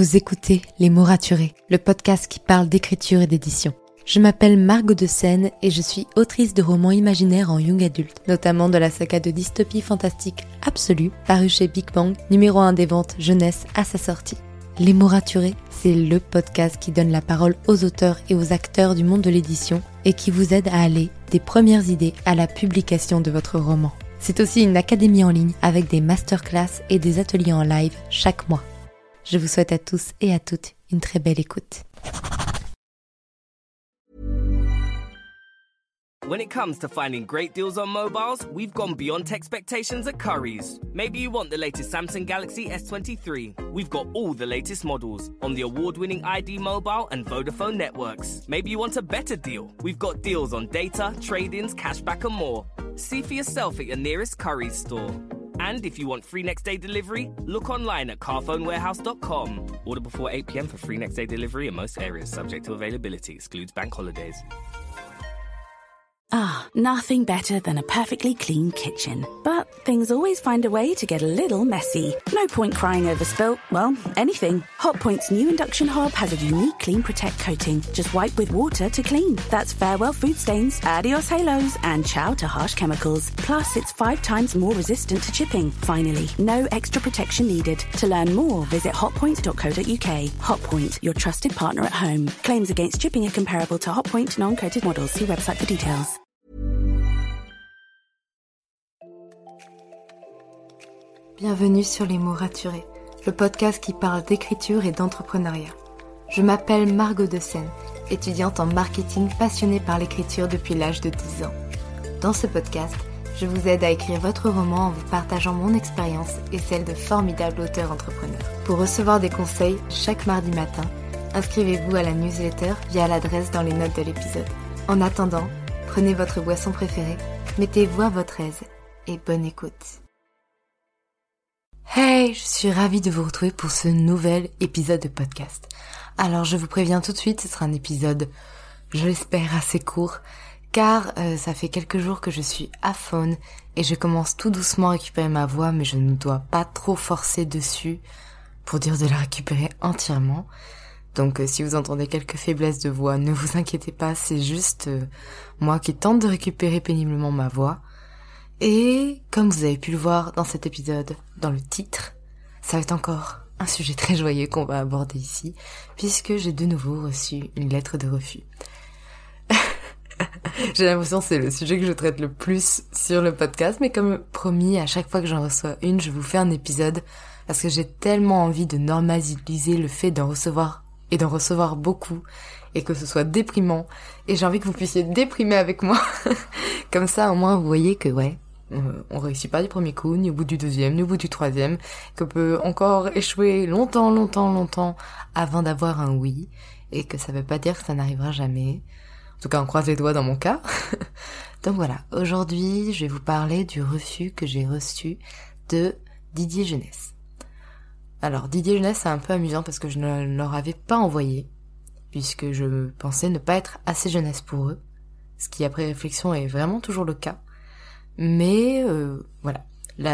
Vous écoutez Les mots raturés, le podcast qui parle d'écriture et d'édition. Je m'appelle Margot de Seine et je suis autrice de romans imaginaires en young adulte, notamment de la saga de dystopie fantastique Absolue, parue chez Big Bang, numéro 1 des ventes jeunesse à sa sortie. Les mots raturés, c'est le podcast qui donne la parole aux auteurs et aux acteurs du monde de l'édition et qui vous aide à aller des premières idées à la publication de votre roman. C'est aussi une académie en ligne avec des masterclass et des ateliers en live chaque mois. Je vous souhaite à tous et à toutes une très belle écoute. When it comes to finding great deals on mobiles, we've gone beyond expectations at Currys. Maybe you want the latest Samsung Galaxy S23. We've got all the latest models on the award-winning ID Mobile and Vodafone networks. Maybe you want a better deal. We've got deals on data, trade-ins, cashback and more. See for yourself at your nearest Currys store. And if you want free next day delivery, look online at carphonewarehouse.com. Order before 8 p.m. for free next day delivery in most areas, subject to availability, excludes bank holidays. Ah, nothing better than a perfectly clean kitchen. But things always find a way to get a little messy. No point crying over spilt, well, anything. Hotpoint's new induction hob has a unique Clean Protect coating. Just wipe with water to clean. That's farewell food stains, adios halos, and ciao to harsh chemicals. Plus, it's 5 times more resistant to chipping. Finally, no extra protection needed. To learn more, visit hotpoint.co.uk. Hotpoint, your trusted partner at home. Claims against chipping are comparable to Hotpoint non-coated models. See website for details. Bienvenue sur Les mots raturés, le podcast qui parle d'écriture et d'entrepreneuriat. Je m'appelle Margot de Seine, étudiante en marketing passionnée par l'écriture depuis l'âge de 10 ans. Dans ce podcast, je vous aide à écrire votre roman en vous partageant mon expérience et celle de formidables auteurs entrepreneurs. Pour recevoir des conseils chaque mardi matin, inscrivez-vous à la newsletter via l'adresse dans les notes de l'épisode. En attendant, prenez votre boisson préférée, mettez-vous à votre aise et bonne écoute. Hey, je suis ravie de vous retrouver pour ce nouvel épisode de podcast. Alors je vous préviens tout de suite, ce sera un épisode, je l'espère, assez court, car ça fait quelques jours que je suis aphone et je commence tout doucement à récupérer ma voix, mais je ne dois pas trop forcer dessus pour dire de la récupérer entièrement. Donc si vous entendez quelques faiblesses de voix, ne vous inquiétez pas, c'est juste moi qui tente de récupérer péniblement ma voix. Et comme vous avez pu le voir dans cet épisode, dans le titre, ça va être encore un sujet très joyeux qu'on va aborder ici, puisque j'ai de nouveau reçu une lettre de refus. J'ai l'impression que c'est le sujet que je traite le plus sur le podcast, mais comme promis, à chaque fois que j'en reçois une, je vous fais un épisode, parce que j'ai tellement envie de normaliser le fait d'en recevoir, et d'en recevoir beaucoup, et que ce soit déprimant, et j'ai envie que vous puissiez déprimer avec moi. Comme ça, au moins, vous voyez que ouais, on réussit pas du premier coup, ni au bout du deuxième, ni au bout du troisième, qu'on peut encore échouer longtemps avant d'avoir un oui, et que ça veut pas dire que ça n'arrivera jamais. En tout cas, on croise les doigts dans mon cas. Donc voilà, aujourd'hui, je vais vous parler du refus que j'ai reçu de Didier Jeunesse. Alors, Didier Jeunesse, c'est un peu amusant parce que je ne leur avais pas envoyé, puisque je pensais ne pas être assez jeunesse pour eux, ce qui après réflexion est vraiment toujours le cas. Mais voilà,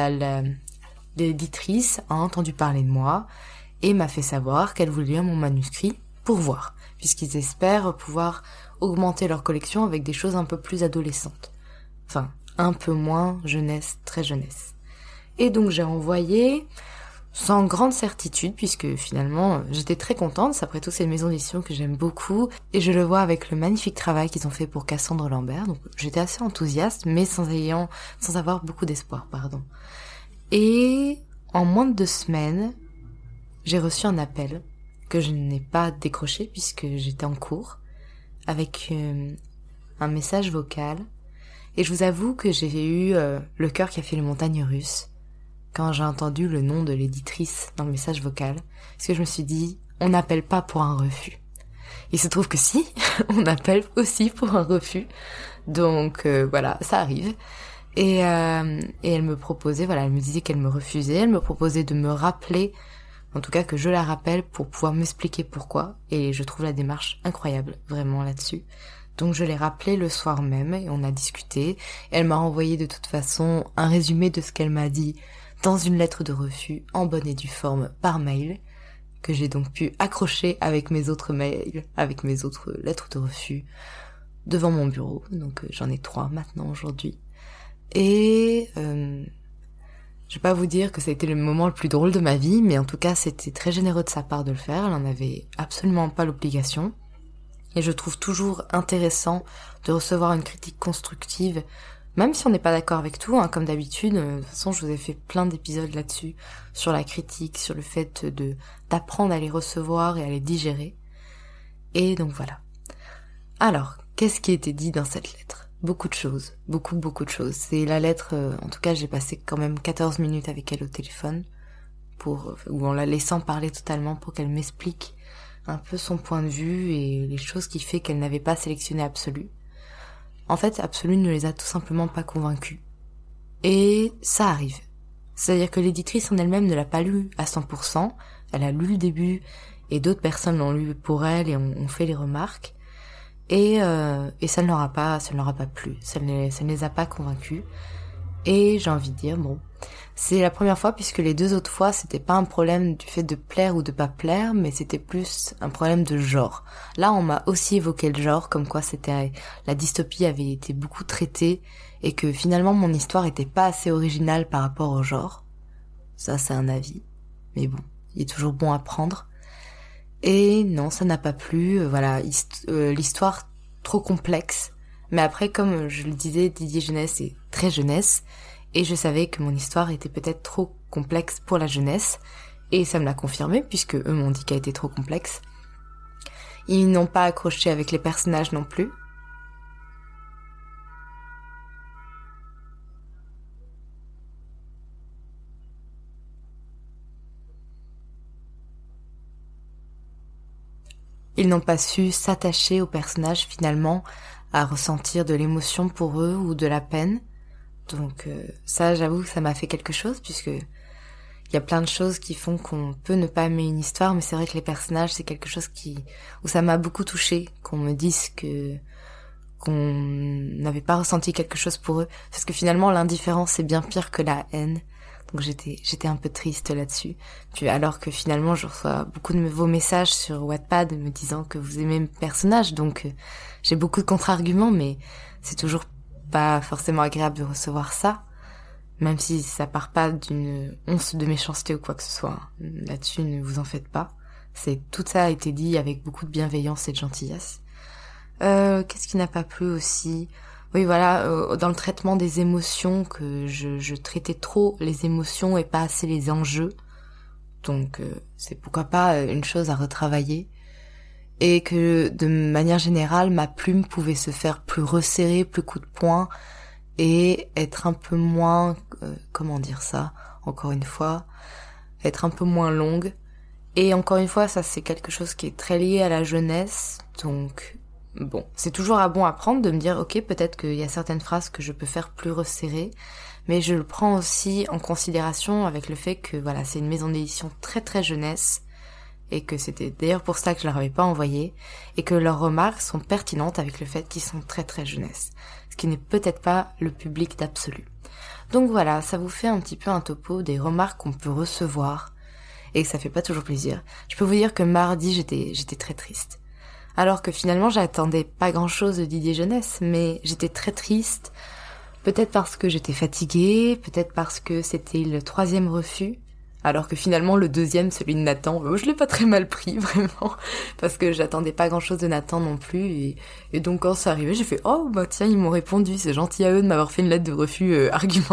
l'éditrice a entendu parler de moi et m'a fait savoir qu'elle voulait lire mon manuscrit pour voir, puisqu'ils espèrent pouvoir augmenter leur collection avec des choses un peu plus adolescentes. Enfin, un peu moins jeunesse, très jeunesse. Et donc j'ai envoyé sans grande certitude, puisque finalement j'étais très contente, après tout c'est une maison d'édition que j'aime beaucoup, et je le vois avec le magnifique travail qu'ils ont fait pour Cassandre Lambert, donc j'étais assez enthousiaste, mais sans avoir beaucoup d'espoir, Et en moins de 2 semaines, j'ai reçu un appel, que je n'ai pas décroché puisque j'étais en cours, avec un message vocal, et je vous avoue que j'ai eu le cœur qui a fait les montagnes russes, quand j'ai entendu le nom de l'éditrice dans le message vocal, parce que je me suis dit, on n'appelle pas pour un refus. Il se trouve que si, on appelle aussi pour un refus, donc voilà, ça arrive. Et elle me proposait, voilà, elle me disait qu'elle me refusait, elle me proposait de me rappeler, en tout cas que je la rappelle pour pouvoir m'expliquer pourquoi, et je trouve la démarche incroyable, vraiment là-dessus. Donc je l'ai rappelée le soir même, et on a discuté, elle m'a renvoyé de toute façon un résumé de ce qu'elle m'a dit, dans une lettre de refus, en bonne et due forme, par mail, que j'ai donc pu accrocher avec mes autres mails, avec mes autres lettres de refus, devant mon bureau. Donc j'en ai 3 maintenant aujourd'hui. Et je vais pas vous dire que ça a été le moment le plus drôle de ma vie, mais en tout cas c'était très généreux de sa part de le faire. Elle en avait absolument pas l'obligation. Et je trouve toujours intéressant de recevoir une critique constructive, même si on n'est pas d'accord avec tout, comme d'habitude. De toute façon, je vous ai fait plein d'épisodes là-dessus, sur la critique, sur le fait d'apprendre à les recevoir et à les digérer. Et donc voilà. Alors, qu'est-ce qui était dit dans cette lettre ? Beaucoup de choses, beaucoup de choses. C'est la lettre, en tout cas j'ai passé quand même 14 minutes avec elle au téléphone, ou en la laissant parler totalement pour qu'elle m'explique un peu son point de vue et les choses qui fait qu'elle n'avait pas sélectionné Absolu. En fait, Absolu ne les a tout simplement pas convaincus. Et ça arrive. C'est-à-dire que l'éditrice en elle-même ne l'a pas lu à 100%, elle a lu le début, et d'autres personnes l'ont lu pour elle et ont fait les remarques. Et ça ne leur a pas plu, ça ne les a pas convaincus. Et j'ai envie de dire, bon, c'est la première fois puisque les 2 autres fois, c'était pas un problème du fait de plaire ou de pas plaire, mais c'était plus un problème de genre. Là, on m'a aussi évoqué le genre, comme quoi la dystopie avait été beaucoup traitée et que finalement mon histoire était pas assez originale par rapport au genre. Ça, c'est un avis. Mais bon, il est toujours bon à prendre. Et non, ça n'a pas plu, voilà, l'histoire trop complexe. Mais après, comme je le disais, Didier Jeunesse est très jeunesse, et je savais que mon histoire était peut-être trop complexe pour la jeunesse, et ça me l'a confirmé, puisque eux m'ont dit qu'elle était trop complexe. Ils n'ont pas accroché avec les personnages non plus. Ils n'ont pas su s'attacher aux personnages finalement, à ressentir de l'émotion pour eux ou de la peine. Donc ça, j'avoue que ça m'a fait quelque chose, puisque il y a plein de choses qui font qu'on peut ne pas aimer une histoire, mais c'est vrai que les personnages, c'est quelque chose où ça m'a beaucoup touchée, qu'on me dise qu'on n'avait pas ressenti quelque chose pour eux, parce que finalement l'indifférence c'est bien pire que la haine. Donc j'étais un peu triste là-dessus. Puis alors que finalement je reçois beaucoup de vos messages sur Wattpad me disant que vous aimez mes personnages, donc j'ai beaucoup de contre-arguments, mais c'est toujours pas forcément agréable de recevoir ça, même si ça part pas d'une once de méchanceté ou quoi que ce soit. Là-dessus, ne vous en faites pas. Tout ça a été dit avec beaucoup de bienveillance et de gentillesse. Qu'est-ce qui n'a pas plu aussi ? Oui, voilà, dans le traitement des émotions, que je traitais trop les émotions et pas assez les enjeux. Donc, c'est pourquoi pas une chose à retravailler. Et que, de manière générale, ma plume pouvait se faire plus resserrée, plus coup de poing, et être un peu moins, comment dire ça, encore une fois, être un peu moins longue. Et encore une fois, ça c'est quelque chose qui est très lié à la jeunesse, donc... Bon, c'est toujours bon à prendre de me dire, ok, peut-être qu'il y a certaines phrases que je peux faire plus resserrées, mais je le prends aussi en considération avec le fait que, voilà, c'est une maison d'édition très très jeunesse, et que c'était d'ailleurs pour ça que je leur avais pas envoyé, et que leurs remarques sont pertinentes avec le fait qu'ils sont très très jeunesse, ce qui n'est peut-être pas le public d'Absolu. Donc voilà, ça vous fait un petit peu un topo des remarques qu'on peut recevoir, et ça fait pas toujours plaisir. Je peux vous dire que mardi, j'étais très triste. Alors que finalement, j'attendais pas grand-chose de Didier Jeunesse, mais j'étais très triste, peut-être parce que j'étais fatiguée, peut-être parce que c'était le 3e refus, alors que finalement le 2e, celui de Nathan, je l'ai pas très mal pris, vraiment, parce que j'attendais pas grand-chose de Nathan non plus, et donc quand c'est arrivé, j'ai fait « Oh, bah tiens, ils m'ont répondu, c'est gentil à eux de m'avoir fait une lettre de refus argumentée. »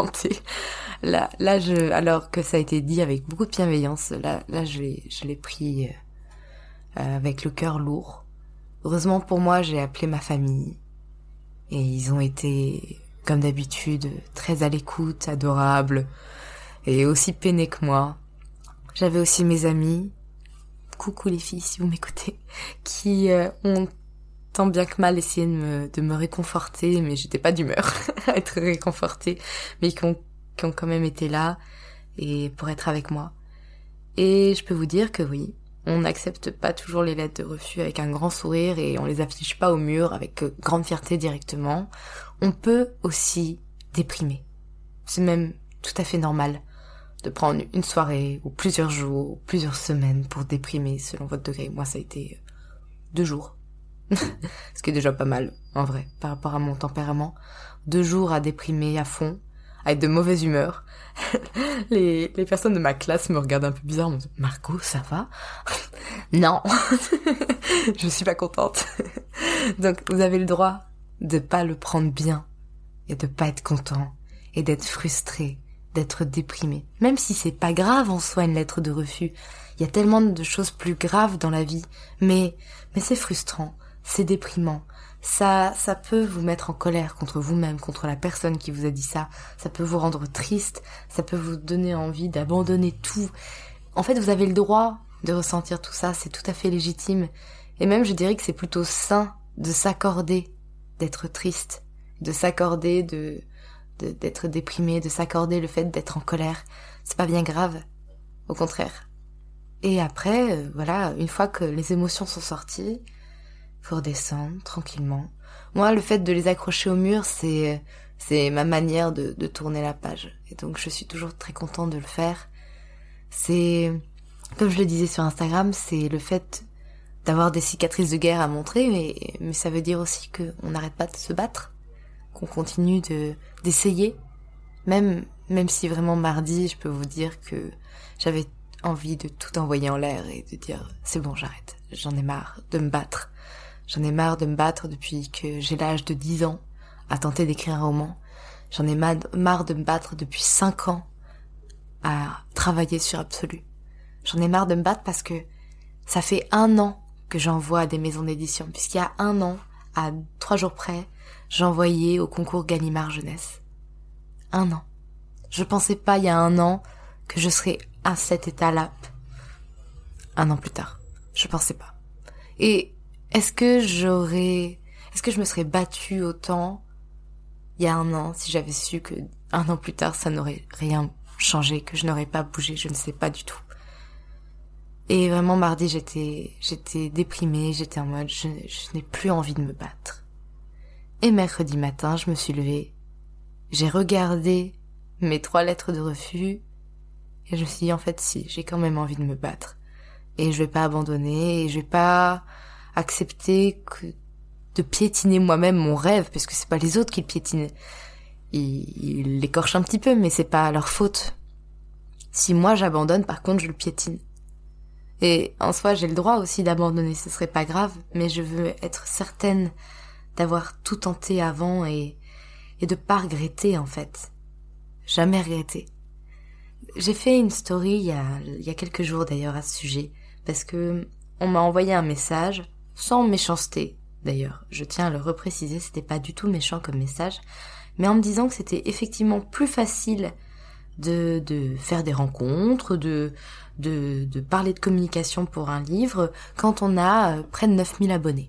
Alors que ça a été dit avec beaucoup de bienveillance, là je l'ai pris avec le cœur lourd. Heureusement pour moi, j'ai appelé ma famille, et ils ont été, comme d'habitude, très à l'écoute, adorables, et aussi peinés que moi. J'avais aussi mes amis, coucou les filles si vous m'écoutez, qui ont tant bien que mal essayé de me réconforter, mais j'étais pas d'humeur à être réconfortée, mais qui ont quand même été là, et pour être avec moi. Et je peux vous dire que oui, on n'accepte pas toujours les lettres de refus avec un grand sourire et on les affiche pas au mur avec grande fierté directement. On peut aussi déprimer. C'est même tout à fait normal. de prendre une soirée, ou plusieurs jours, ou plusieurs semaines pour déprimer selon votre degré. Moi, ça a été 2 jours. Ce qui est déjà pas mal, en vrai, par rapport à mon tempérament. 2 jours à déprimer à fond, à être de mauvaise humeur. Les personnes de ma classe me regardent un peu bizarre, me disent « Margot, ça va ?» Non, je suis pas contente. Donc, vous avez le droit de pas le prendre bien, et de pas être content, et d'être frustré, d'être déprimé. Même si c'est pas grave en soi une lettre de refus. Il y a tellement de choses plus graves dans la vie. Mais c'est frustrant, c'est déprimant. Ça peut vous mettre en colère contre vous-même, contre la personne qui vous a dit ça. Ça peut vous rendre triste, ça peut vous donner envie d'abandonner tout. En fait, vous avez le droit de ressentir tout ça, c'est tout à fait légitime. Et même, je dirais que c'est plutôt sain de s'accorder d'être triste, de s'accorder d'être déprimé, de s'accorder le fait d'être en colère. C'est pas bien grave, au contraire. Et après, voilà, une fois que les émotions sont sorties, faut redescendre tranquillement. Moi, le fait de les accrocher au mur, c'est ma manière de tourner la page. Et donc, je suis toujours très contente de le faire. C'est, comme je le disais sur Instagram, c'est le fait d'avoir des cicatrices de guerre à montrer, mais ça veut dire aussi qu'on n'arrête pas de se battre, qu'on continue d'essayer. Même si vraiment mardi, je peux vous dire que j'avais envie de tout envoyer en l'air et de dire « c'est bon, j'arrête, j'en ai marre de me battre ». J'en ai marre de me battre depuis que j'ai l'âge de 10 ans à tenter d'écrire un roman. J'en ai marre de me battre depuis 5 ans à travailler sur Absolu. J'en ai marre de me battre parce que ça fait 1 an que j'envoie à des maisons d'édition, puisqu'il y a 1 an, à 3 jours près, j'envoyais au concours Gallimard Jeunesse. 1 an. Je pensais pas il y a 1 an que je serais à cet état-là 1 an plus tard. Je pensais pas. Et est-ce que je me serais battue autant il y a 1 an si j'avais su que 1 an plus tard ça n'aurait rien changé, que je n'aurais pas bougé, je ne sais pas du tout. Et vraiment mardi j'étais déprimée, j'étais en mode je n'ai plus envie de me battre. Et mercredi matin je me suis levée, j'ai regardé mes 3 lettres de refus et je me suis dit en fait si, j'ai quand même envie de me battre. Et je vais pas abandonner, et je vais pas accepter de piétiner moi-même mon rêve, parce que c'est pas les autres qui le piétinent. Ils l'écorchent un petit peu, mais c'est pas leur faute. Si moi j'abandonne, par contre, je le piétine. Et en soi, j'ai le droit aussi d'abandonner, ce serait pas grave, mais je veux être certaine d'avoir tout tenté avant et de pas regretter, en fait. Jamais regretter. J'ai fait une story il y a quelques jours d'ailleurs à ce sujet, parce que on m'a envoyé un message, sans méchanceté d'ailleurs, je tiens à le repréciser, c'était pas du tout méchant comme message, mais en me disant que c'était effectivement plus facile de faire des rencontres, de parler de communication pour un livre, quand on a près de 9000 abonnés.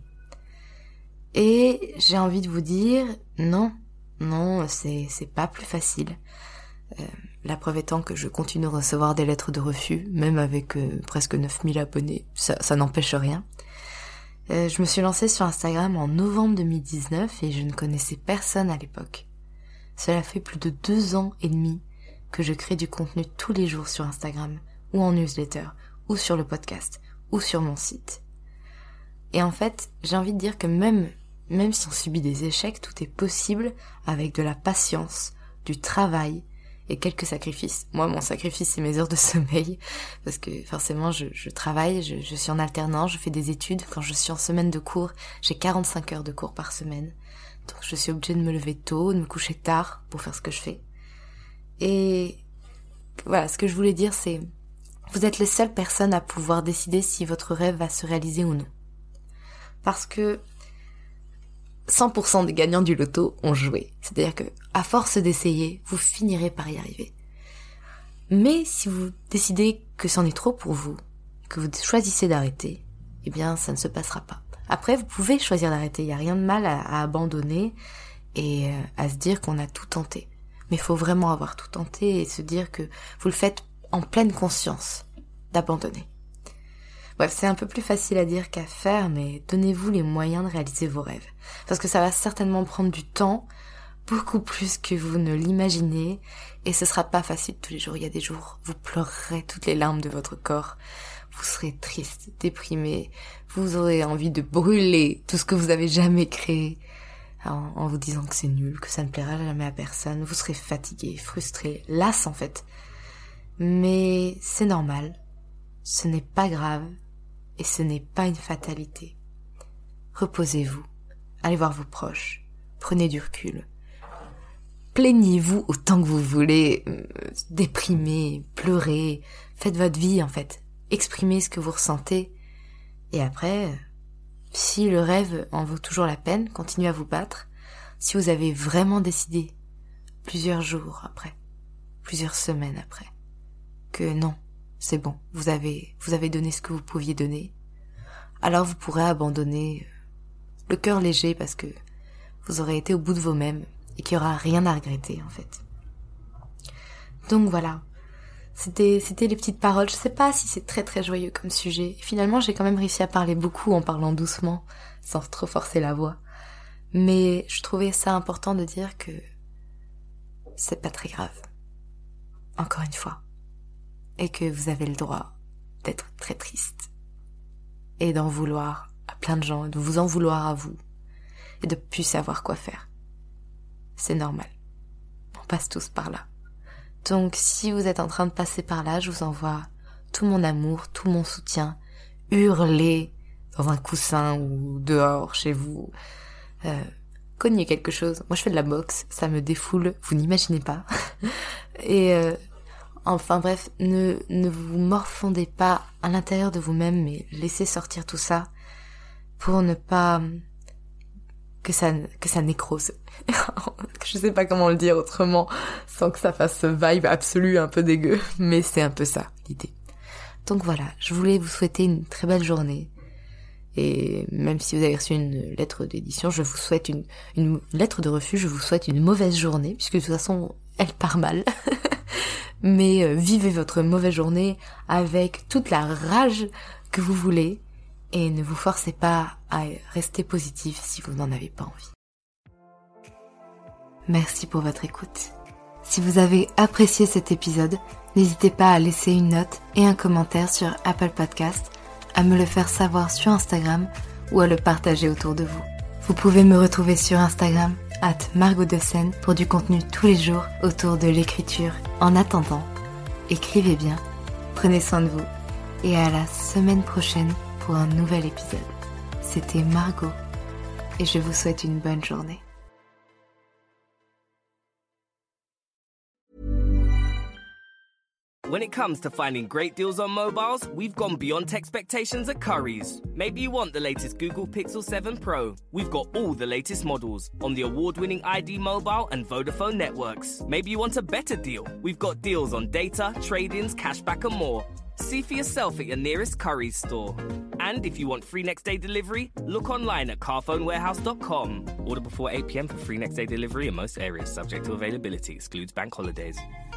Et j'ai envie de vous dire, non, c'est pas plus facile. La preuve étant que je continue de recevoir des lettres de refus, même avec presque 9000 abonnés, ça n'empêche rien. Je me suis lancée sur Instagram en novembre 2019 et je ne connaissais personne à l'époque. Cela fait plus de 2 ans et demi que je crée du contenu tous les jours sur Instagram, ou en newsletter, ou sur le podcast, ou sur mon site. Et en fait, j'ai envie de dire que même si on subit des échecs, tout est possible avec de la patience, du travail, et quelques sacrifices. Moi, mon sacrifice, c'est mes heures de sommeil, parce que forcément, je travaille, je suis en alternance, je fais des études. Quand je suis en semaine de cours, j'ai 45 heures de cours par semaine. Donc, je suis obligée de me lever tôt, de me coucher tard pour faire ce que je fais. Et voilà, ce que je voulais dire, c'est vous êtes les seules personnes à pouvoir décider si votre rêve va se réaliser ou non. Parce que 100% des gagnants du loto ont joué. C'est-à-dire que, à force d'essayer, vous finirez par y arriver. Mais si vous décidez que c'en est trop pour vous, que vous choisissez d'arrêter, eh bien, ça ne se passera pas. Après, vous pouvez choisir d'arrêter. Il n'y a rien de mal à abandonner et à se dire qu'on a tout tenté. Mais il faut vraiment avoir tout tenté et se dire que vous le faites en pleine conscience d'abandonner. Bref, c'est un peu plus facile à dire qu'à faire, mais donnez-vous les moyens de réaliser vos rêves. Parce que ça va certainement prendre du temps, beaucoup plus que vous ne l'imaginez, et ce sera pas facile tous les jours. Il y a des jours, vous pleurerez toutes les larmes de votre corps, vous serez triste, déprimé, vous aurez envie de brûler tout ce que vous avez jamais créé, en vous disant que c'est nul, que ça ne plaira jamais à personne. Vous serez fatigué, frustré, las en fait. Mais c'est normal, ce n'est pas grave, et ce n'est pas une fatalité. Reposez-vous, allez voir vos proches, prenez du recul. Plaignez-vous autant que vous voulez, déprimez, pleurez, faites votre vie en fait, exprimez ce que vous ressentez, et après, si le rêve en vaut toujours la peine, continuez à vous battre. Si vous avez vraiment décidé, plusieurs jours après, plusieurs semaines après, que non, c'est bon, vous avez donné ce que vous pouviez donner, alors vous pourrez abandonner le cœur léger parce que vous aurez été au bout de vous-même et qu'il n'y aura rien à regretter en fait. Donc voilà, c'était les petites paroles. Je sais pas si c'est très très joyeux comme sujet. Finalement, j'ai quand même réussi à parler beaucoup en parlant doucement, sans trop forcer la voix. Mais je trouvais ça important de dire que c'est pas très grave. Encore une fois. Et que vous avez le droit d'être très triste. Et d'en vouloir à plein de gens, de vous en vouloir à vous. Et de plus savoir quoi faire. C'est normal. On passe tous par là. Donc si vous êtes en train de passer par là, je vous envoie tout mon amour, tout mon soutien. Hurlez dans un coussin ou dehors chez vous. Cognez quelque chose. Moi je fais de la boxe, ça me défoule, vous n'imaginez pas. Et enfin bref, ne vous morfondez pas à l'intérieur de vous-même, mais laissez sortir tout ça pour ne pas que ça nécrose. Je sais pas comment le dire autrement sans que ça fasse ce vibe absolu un peu dégueu, mais c'est un peu ça l'idée. Donc voilà, je voulais vous souhaiter une très belle journée. Et même si vous avez reçu une lettre d'édition, je vous souhaite une lettre de refus, je vous souhaite une mauvaise journée, puisque de toute façon, elle part mal. Mais vivez votre mauvaise journée avec toute la rage que vous voulez, et ne vous forcez pas à rester positif si vous n'en avez pas envie. Merci pour votre écoute. Si vous avez apprécié cet épisode, n'hésitez pas à laisser une note et un commentaire sur Apple Podcast, à me le faire savoir sur Instagram ou à le partager autour de vous. Vous pouvez me retrouver sur Instagram @margotdescène pour du contenu tous les jours autour de l'écriture. En attendant, écrivez bien, prenez soin de vous et à la semaine prochaine pour un nouvel épisode. C'était Margot et je vous souhaite une bonne journée. When it comes to finding great deals on mobiles, we've gone beyond expectations at Currys. Maybe you want the latest Google Pixel 7 Pro. We've got all the latest models on the award-winning ID Mobile and Vodafone networks. Maybe you want a better deal. We've got deals on data, trade-ins, cashback and more. See for yourself at your nearest Currys store. And if you want free next-day delivery, look online at carphonewarehouse.com. Order before 8 p.m. for free next-day delivery in most areas, subject to availability, excludes bank holidays.